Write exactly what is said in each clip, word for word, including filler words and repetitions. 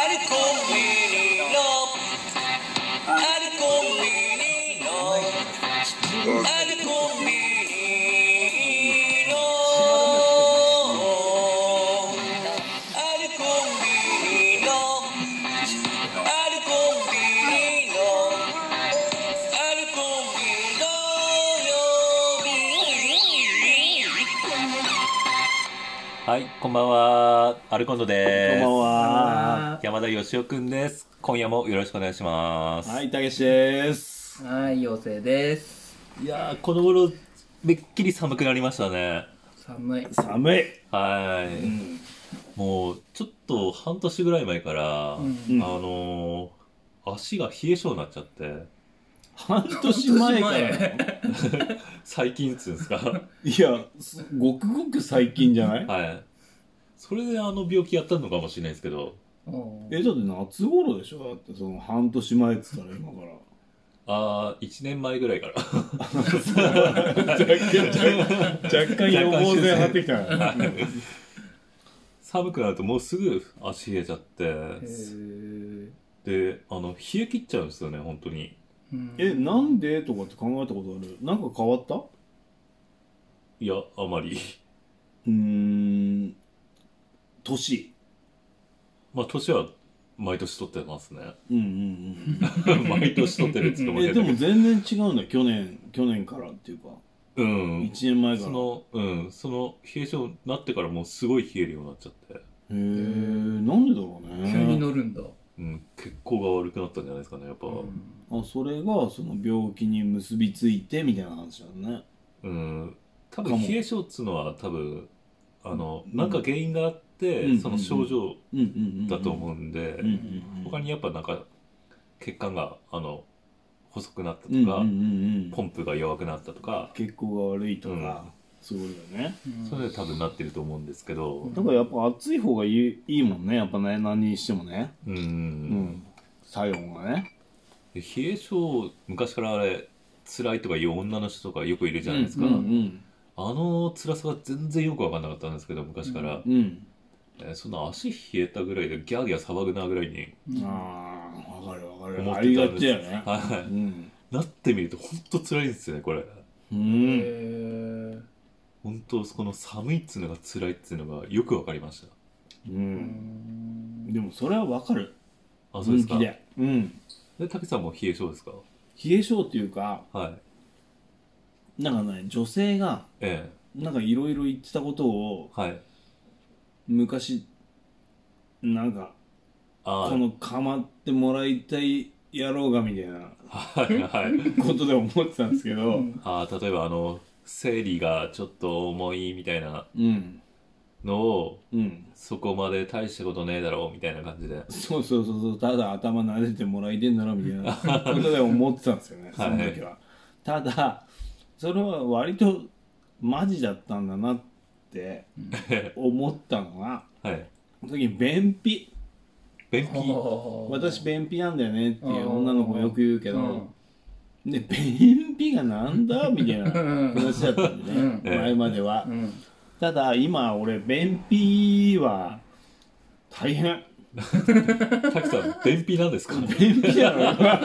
コンビニのあるコンビニのあるコンビニのあるコンビニのあるコンビニのあるコンビニのはい、こんばんは。アルコンドです。 こんばんは。 山田義雄くんです。今夜もよろしくお願いします。 はい、たけしです。 はい、妖精です。 いやー、この頃めっきり寒くなりましたね。 寒い。 寒い。 はい、 うん、 もうちょっと半年ぐらい前から、うん、あのー、足が冷え性になっちゃって。 半年前から最近っつうんですか。 いや、ごくごく最近じゃない？ はい。それであの病気やったのかもしれないですけど。 え、だって夏頃でしょ？だってその半年前っつったら今から。 ああ、いちねんまえぐらいから。若干、若干予防線張ってきたな。 寒くなるともうすぐ足冷えちゃって。で、あの、冷え切っちゃうんですよね、本当に。 え、なんでとかって考えたことある？なんか変わった？ いや、あまり。 うーん、年。 まあ、年は毎年取ってますね。 うんうんうん。 毎年取ってるって言ってもえ、でも全然違うんだ、去年、去年からっていうか。 うん。 いちねんまえから。 その、うん、その冷え性になってからもうすごい冷えるようになっちゃって。へえ、なんでだろうね。 急に乗るんだ。 うん、血行が悪くなったんじゃないですかね、やっぱ。うん、 あ、それがその病気に結びついてみたいな話だね。 うん、多分冷え性っつうのは多分あの、うん、なんか原因があって、うん、その症状だと思うんで、他にやっぱなんか血管があの細くなったとか、うんうんうんうん、ポンプが弱くなったとか、 血行が悪いとか、うん、そういうことだよね、 うん、それで多分なってると思うんですけど、 だからやっぱ暑い方がいい、いいもんね、やっぱね、何にしてもね、 うん、うん、 作用がね。 冷え性、昔からあれ辛いとかいう女の人とかよくいるじゃないですか、うんうんうん、あの辛さが全然よく分かんなかったんですけど、昔から、うんうんえー、そんな足冷えたぐらいでギャーギャー騒ぐなぐらいに、 うん、ああ分かる分かる、 思ってたんです。 ありがちだよね、 はい、うん、なってみると本当辛いんですよね、これ。 うん、 本当この寒いっつうのが辛いっつうのがよく分かりました。 うん、でもそれは分かる。 あ、そうですか。 で、うん。 で、竹さんも冷え性ですか？ 冷え性っていうか、はい、なんかね、女性が、ええ、なんかいろいろ言ってたことを、はい、昔、なんか、この構ってもらいたい野郎がみたいな、はいはい、ことで思ってたんですけど、 あ、例えばあの、生理がちょっと重いみたいなのを、うん、そこまで大したことねえだろうみたいな感じで、 そうそうそうそう、ただ頭撫でてもらいてんだろみたいなことで思ってたんですよね、その時は、はい、ただそれは割とマジだったんだなって思ったのが、はい、その時便秘便秘私便秘なんだよねっていう女の子よく言うけど、うん、で便秘がなんだみたいな話だったんでね、うん、前までは、うん、ただ今俺便秘は大変。 滝さん便秘なんですか？ 便秘なの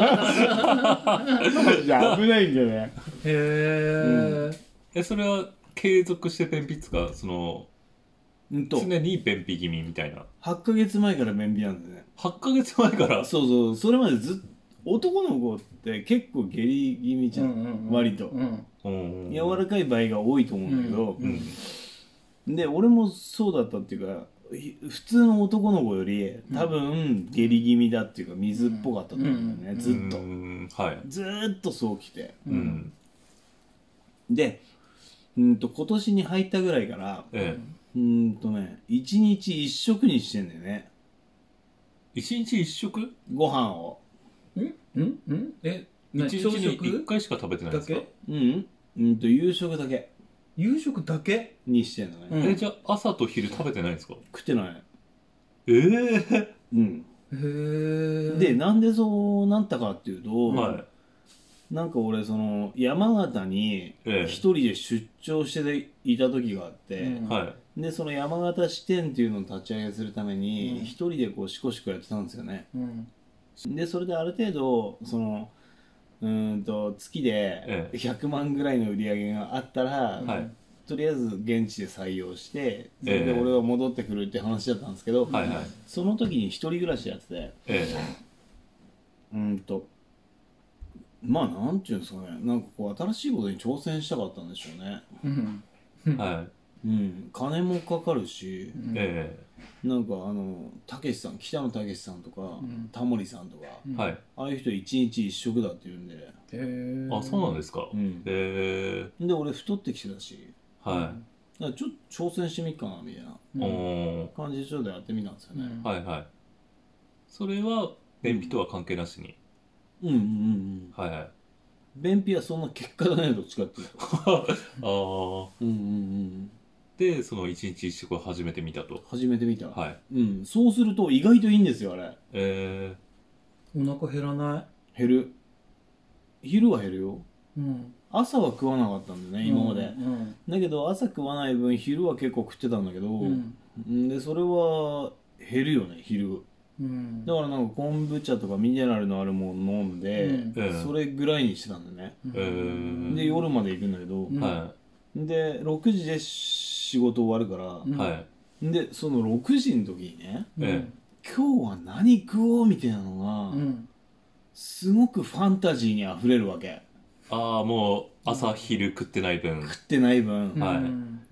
いや危ないんだよね。 へー、 うん、えそれは継続して便秘っつか、そのんと常に便秘気味みたいな。 はちかげつまえから便秘なんだよね。 はちかげつまえから？ そうそう、それまでずっと男の子って結構下痢気味じゃん、うんうんうん、割と、うん、柔らかい場合が多いと思うんだけど、うんうん、で俺もそうだったっていうか、普通の男の子より多分下痢気味だっていうか水っぽかったと思うんだよね、ずっと、うんはい、ずっとそうきて、うん、でうんと今年に入ったぐらいから、ええ、うんとねいちにちいっ食にしてんだよね。 いちにちいっ食？ ご飯をんんんえいちにちにいっかいしか食べてないんですか？ うん、うんと夕食だけ夕食だけにしてんのね、 うん、えじゃあ朝と昼食べてないんですか？ 食ってない。 ええー、 うんへえ。でなんでそうなったかっていうと、はい、なんか俺その山形に一人で出張していた時があって、うん、 でその山形支店っていうのを立ち上げするために一、うん、人でこうシコシコやってたんですよね、うん、でそれである程度そのうーんと月でひゃくまんぐらいの売り上げがあったら、はい、とりあえず現地で採用してそれで俺は戻ってくるって話だったんですけど、えー、その時に一人暮らしやってて、えー、うんとまあなんていうんですかね、なんかこう新しいことに挑戦したかったんでしょうね、うん、はい、うん、金もかかるし、うん、えー、なんかあのたけしさん北野武さんとか、うん、タモリさんとか、うん、ああいう人一日一食だって言うんで、へえー、あ、そうなんですか、うん、 へえ。で俺太ってきてたし、はい、だからちょっと挑戦してみっかなみたいな感じでちょっとやってみたんですよね、 うん、はいはい。それは便秘とは関係なしに、 うん、うんうんうんはいはい。便秘はそんな結果だねどっちかっていうとああうんうんうんでその一日一食を始めてみたと始めてみたはい、うん、そうすると意外といいんですよあれえー、お腹減らない減る昼は減るよ、うん、朝は食わなかったんだよね今まで、うんうん、だけど朝食わない分昼は結構食ってたんだけど、うん、でそれは減るよね昼、うん、だからなんか昆布茶とかミネラルのあるもの飲んで、うん、それぐらいにしてたんだよね、うん、で夜まで行くんだけど、うん、でろくじで仕事終わるから、うん、でそのろくじの時にね、うん、今日は何食おうみたいなのが、うん、すごくファンタジーにあふれるわけああもう朝昼食ってない分食ってない分、はい、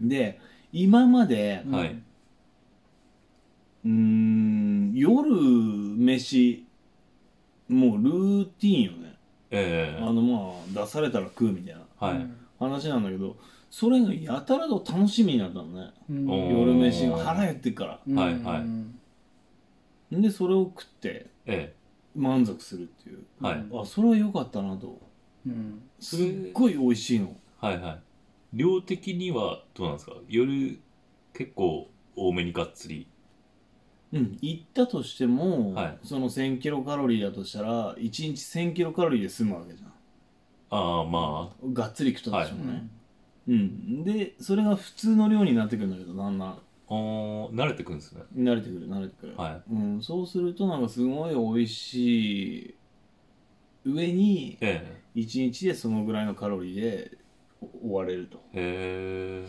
で今まで、はい、うーん夜飯もうルーティンよね、えー、あのまあ出されたら食うみたいな話なんだけど、それがやたらと楽しみになったのね、うん、夜飯が腹減ってっから、うん、はいはいでそれを食って、えー、満足するっていう、はい、あそれは良かったなと、うん、すっごい美味しいのはいはい量的にはどうなんですか夜結構多めにがっつりうん行ったとしても、はい、そのせんキロカロリーだとしたらいちにちせんキロカロリーで済むわけじゃんああまあがっつり食ったとしてもね、はい、うんでそれが普通の量になってくるんだけどだんだんあ慣れてくるんですね慣れてくる慣れてくる、はいうん、そうするとなんかすごい美味しい上にいちにちでそのぐらいのカロリーで終われるとへ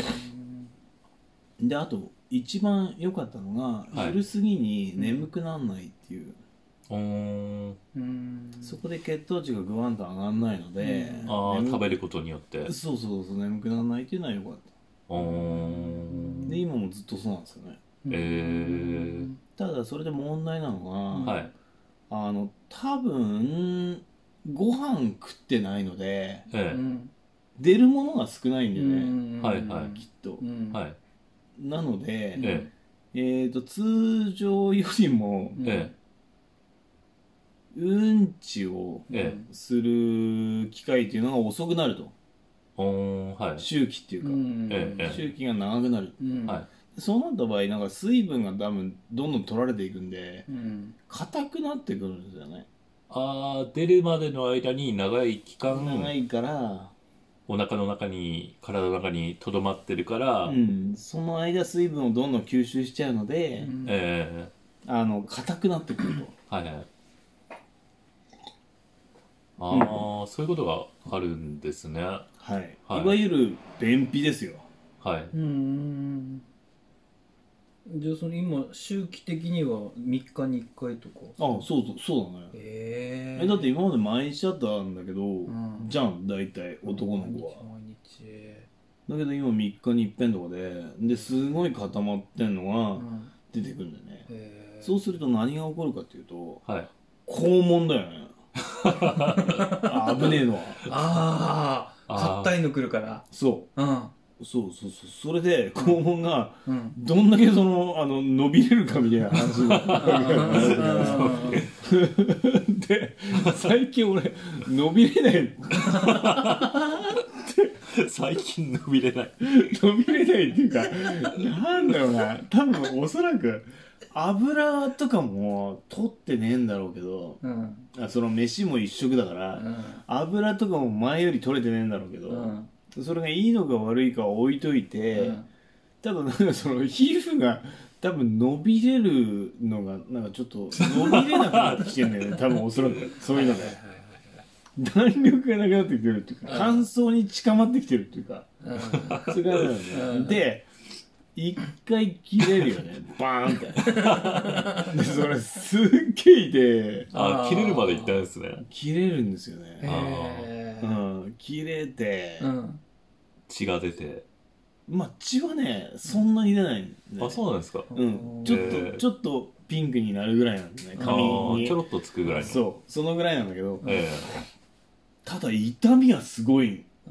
えであと一番良かったのが、はい、昼過ぎに眠くならないっていう、うん、そこで血糖値がグワンと上がらないので、 うん、ああ食べることによってそうそうそう眠くならないっていうのは良かったで今もずっとそうなんですよねへえただそれで問題なのが、はい、あの多分ご飯食ってないので、ええ、出るものが少ないんだよねはいはいきっと、はいなので、えええー、と通常よりも、ええ、うんちをする機会っていうのが遅くなると、はい、周期っていうか、うんええ、周期が長くなる、うんはい、そうなった場合なんか水分が多分どんどん取られていくんで硬、うん、くなってくるんですよねああ出るまでの間に長い期間長いからお腹の中に体の中にとどまってるから、 うん、その間水分をどんどん吸収しちゃうので、うんえー、あの硬くなってくるとはいはいああ、うん、そういうことがあるんですねはい、 はい、いわゆる便秘ですよはいうんじゃあその今周期的にはみっかにいっかいとかああそうそうそうだねへえだって今まで毎日だったんだけど、うん、じゃん大体男の子は毎日だけど今みっかにいっぺんとかでですごい固まってんのが出てくるんだよね、うん、そうすると何が起こるかっていうと、はい、肛門だよね危ねえのはああ硬いの来るからそう、うん、そうそうそうそれで肛門がどんだけそのあの伸びれるかみたいな話になるで最近俺伸びれない最近伸びれない伸びれないっていうかなんだろうな多分おそらく油とかも取ってねえんだろうけど、うん、その飯も一食だから、うん、油とかも前より取れてねえんだろうけど、うん、それがいいのか悪いかは置いといて、 多分なんかその皮膚が多分伸びれるのがなんかちょっと伸びれなくなってきてるんだよね多分おそらくそういうので弾力がなくなってきてるっていうか乾燥に近まってきてるっていうかそういう感じなんだよねで一回切れるよねバーンってでそれすっげえ痛いあ切れるまでいったんですね切れるんですよねへうん、切れて、 うん、 血が出てまあ血はねそんなに出ないんで、 あそうなんですかうんちょっとちょっとピンクになるぐらいなんでね髪にちょろっとつくぐらいのそうそのぐらいなんだけど、 ええ、 ただ痛みがすごいああ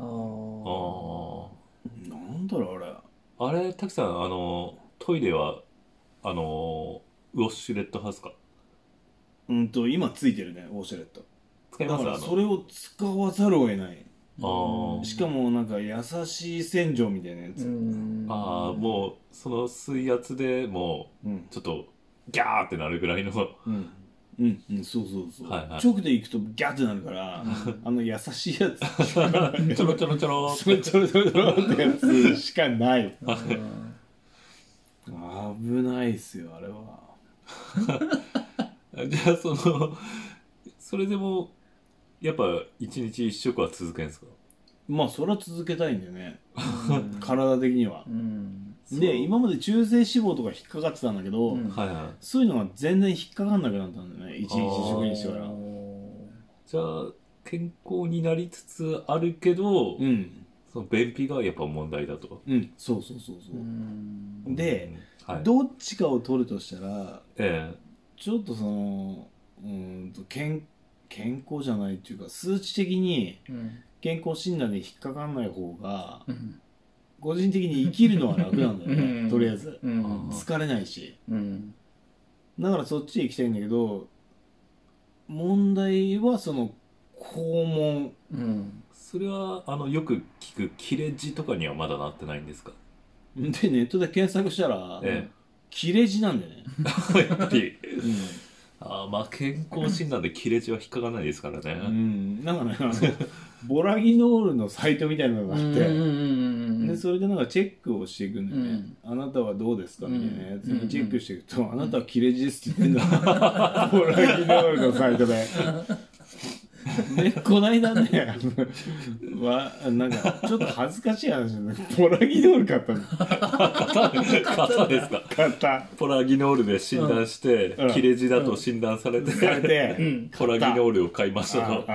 なんだろうあれあれ滝さんあのトイレはあのウォシュレットハウスかうんと今ついてるねウォシュレット使いますだからそれを使わざるを得ないあしかもなんか優しい洗浄みたいなやつああもうその水圧でもうちょっとギャーってなるぐらいのうんうんうんそうそうそう、 はいはい、 直で行くとギャーってなるから、うん、あの優しいやつちょろちょろちょろちょろちょろちょろちょろってやつしかない危ないっすよあれはじゃあそのそれでもやっぱ一日一食は続けんですかまあそれは続けたいんだよね体的には、うん、 でで今まで中性脂肪とか引っかかってたんだけど、うんはいはい、そういうのが全然引っかかんなくなったんだよね一日一食にしてからじゃあ健康になりつつあるけど、うん、その便秘がやっぱ問題だとうんそうそうそうそううで、はい、どっちかを取るとしたら、ええ、ちょっとそのうんと健健康じゃないっていうか数値的に健康診断で引っかかんない方が、うん、個人的に生きるのは楽なんだよね、うん、とりあえず、うん、疲れないし、うん、だからそっちへ行きたいんだけど問題はその肛門、 うん、それはあのよく聞く切れ字とかにはまだなってないんですかでネットで検索したら、ええ、切れ字なんだよねやっぱり、うんあまあ健康診断で切れ字は引っかかないですからね。 うん、なんかねあのボラギノールのサイトみたいなのがあってでそれでなんかチェックをしていくんだよね、うん、あなたはどうですかみたいなやつにチェックしていくと、うん、あなたは切れ字ですって言ってんだボラギノールのサイトででこないだねはなんかちょっと恥ずかしい話でポラギノール買ったの型ですか型ポラギノールで診断して、うん、切れ字だと診断されて、うん、ポラギノールを買いましたと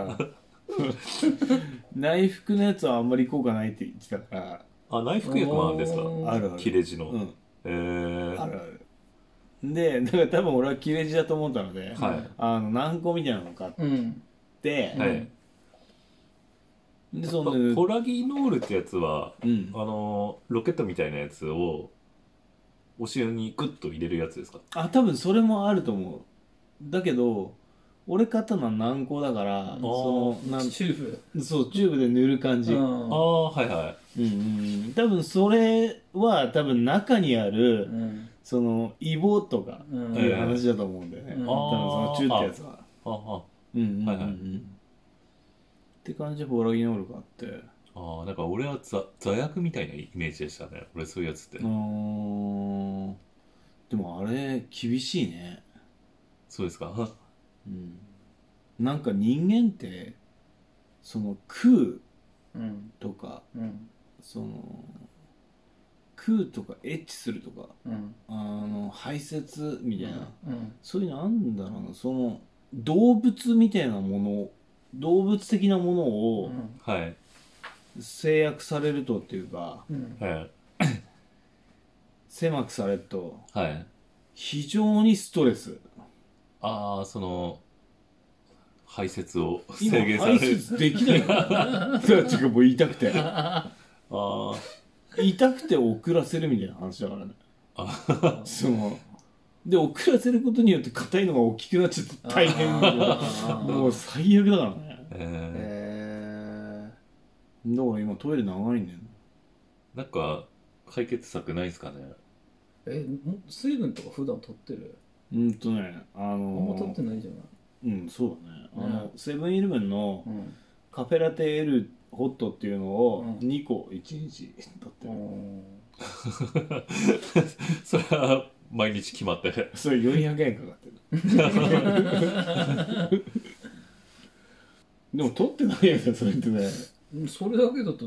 内服のやつはあんまり効果ないって言ってたからあ内服薬もあるんですかあるある切れ字の、うんえー、あるあるでだから多分俺は切れ字だと思ったので、はい、あの軟膏みたいなのを買って、うんで、はい、 でそのポラギノールってやつは、うん、あのロケットみたいなやつをお塩にグッと入れるやつですかあ多分それもあると思うだけど俺買ったのは軟膏だからそのなんチューブそうチューブで塗る感じああはいはいうんうん多分それは多分中にある、うん、そのイボとかいう話だと思うんだよね、うん、多分そのチューってやつはああうんうんうん、はいはい、って感じでボラギノールがあってああなんか俺は座座薬みたいなイメージでしたね俺そういうやつってあでもあれ厳しいねそうですかうんなんか人間ってその食うとか、うん、その食うとかエッチするとか、うん、あの排泄みたいな、うんうん、そういうのあるんだろうなその動物みたいなもの動物的なものを制約されるとっていうか、うんはい、狭くされると非常にストレス、 はい、ああその排泄を制限される今排泄できないだっていうかもう痛くてあ痛くて遅らせるみたいな話だからねあそので遅らせることによって硬いのが大きくなっちゃって大変もう最悪だからねえー、だから今トイレ長いんだよなんか解決策ないですかねえ水分とか普段取ってるうんとねあのー、あんま取ってないじゃないうんそうだね、うん、あのセブンイレブンのカフェラテ L ホットっていうのをにこいちにち取ってる、うんそれは毎日決まってそれよんひゃくえんかかってるでも取ってないやつだそれってね。 それだけだと、うん、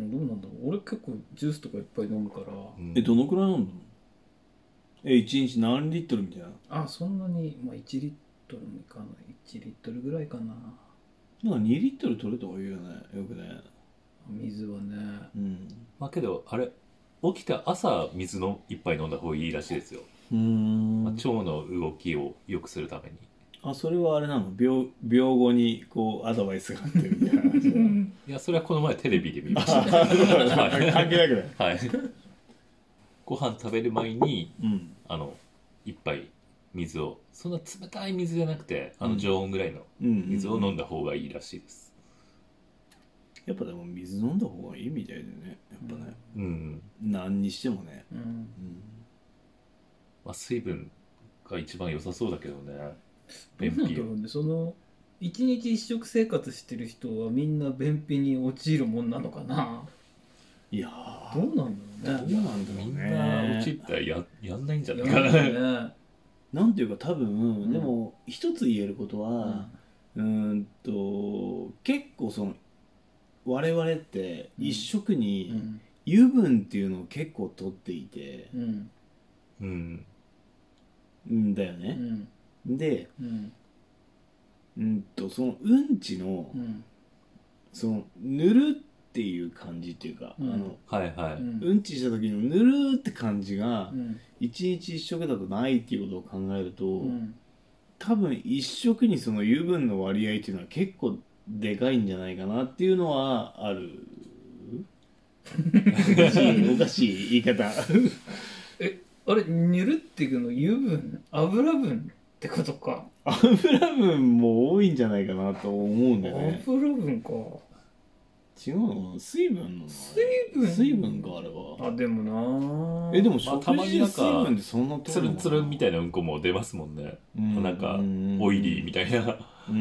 どうなんだろう。俺結構ジュースとかいっぱい飲むから、 うん、えどのくらい飲むの？えいちにち何リットルみたいな。 あそんなに、まあ、いちリットルもいかない。いちリットルぐらいかな。 なんかにリットル取れた方がいいよね。よくね水はね。 うん。 まあけどあれ起きて朝水の一杯飲んだ方がいいらしいですよ。 うーん、 まあ、腸の動きを良くするために。 あそれはあれなの？ 病, 病後にこうアドバイスがあってみたいな話いやそれはこの前テレビで見ました。 関係なくない。 はい。ご飯食べる前に、 うん、 あの一杯水をそんな冷たい水じゃなくてあの常温ぐらいの水を飲んだ方がいいらしいです。 やっぱでも水飲んだ方がいいみたいでねやっぱね、 うん、 何にしてもね、 うんうん、 まあ、水分が一番良さそうだけどね。 どうなんだろうね。その一日一食生活してる人はみんな便秘に陥るもんなのかな。 いやどうなんだろうね。 どうなんだろうね。 みんな陥ったら や, やんないんじゃないかな。 ね、なんていうか多分、うん、でも一つ言えることは、うん、うんと結構その我々って一食に油分っていうのを結構取っていて、 うんうん、 うんだよね。うん、で、うん、うんとそのうんちの、うん、そのぬるっていう感じっていうか、うん、あのはいはい、 うん、うんちした時のぬるって感じが、うん、一日一食だとないっていうことを考えると、うん、多分一食にその油分の割合っていうのは結構でかいんじゃないかなっていうのはある。おかしいおかしい言い方えあれぬるっていうの油分油分ってことか。 油分も多いんじゃないかなと思うんだよね。 油分か。 違うの？水分の水分水分かあれは。 あでもなえでも食事で水分でそんなつるんつるんみたいなうんこも出ますもんね。うん、なんかオイリーみたいな。うん。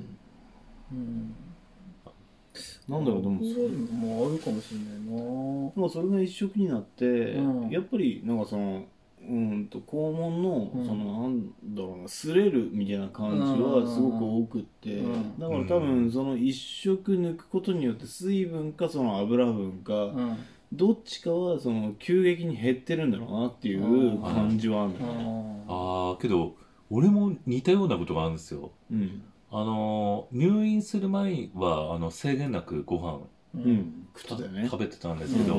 うん。 なんだろうでもそういうのもあるかもしれないな。 まあそれが一食になって、うん、やっぱりなんかそのうんと肛門の、うん、そのなんだろうな擦れるみたいな感じはすごく多くって、うん、だから多分その一食抜くことによって水分かその油分か、うん、どっちかはその急激に減ってるんだろうなっていう感じはあるんだよね。 ああけど俺も似たようなことがあるんですよ。うんあの入院する前はあの制限なくご飯、 うん、食ってたよね、 食べてたんですけど、うん、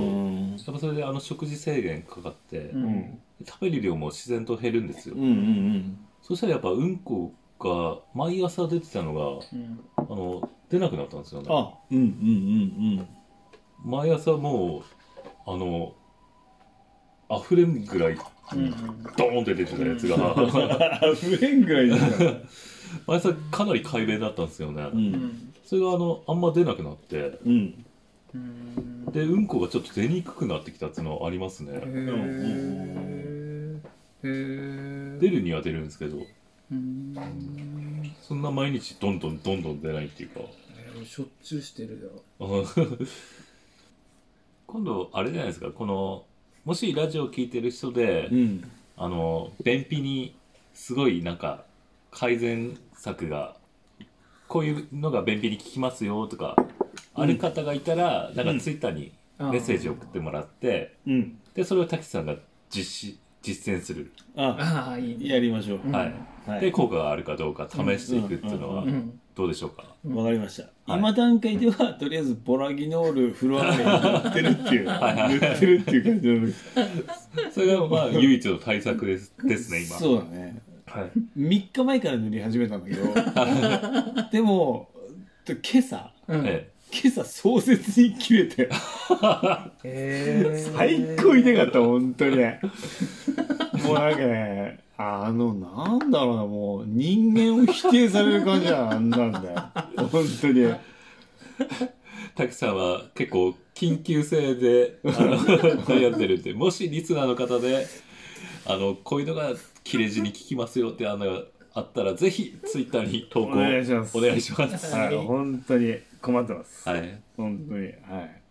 やっぱそれであの食事制限かかって、うん、食べる量も自然と減るんですよ、うんうんうん、そしたらやっぱうんこが毎朝出てたのが、うん、あの出なくなったんですよね。あ、うんうんうんうん、毎朝もうあの溢れんぐらいドーンって出てたやつが、うん、 溢れんぐらいですか前さかなり快便だったんですよね、うん、それがあのあんま出なくなって、うん、でうんこがちょっと出にくくなってきたっていうのはありますね。へー出るには出るんですけど、うん、そんな毎日どんどんどんどん出ないっていうか、 えー、しょっちゅうしてるよ今度あれじゃないですか、このもしラジオ聞いてる人で、うん、あの便秘にすごいなんか改善策がこういうのが便秘に効きますよとか、うん、ある方がいたらなんかツイッターにメッセージを送ってもらって、うん、でそれを滝さんが実施実践する。 ああいい、ね、やりましょう、 はいはい、で効果があるかどうか試していくっていうのはどうでしょうか。 わかりました、はい、今段階ではとりあえずボラギノールフロアに塗ってるっていう塗ってるっていう感じなんですそれがまあ唯一の対策ですですね今。 そうだね、はい、みっかまえから塗り始めたんだけどでも今朝、うん、今朝壮絶に切れてえー、最高痛かった本当にもうなんかねあのなんだろうなもう人間を否定される感じはあんなんだよ本当に。 滝さんは結構緊急性であの悩んでるんで、もしリスナーの方であのこういうのが切れ字に効きますよってあのあったらぜひツイッターに投稿お願いします。お願いします。 はい、本当に困ってます。 はい、 本当にはい。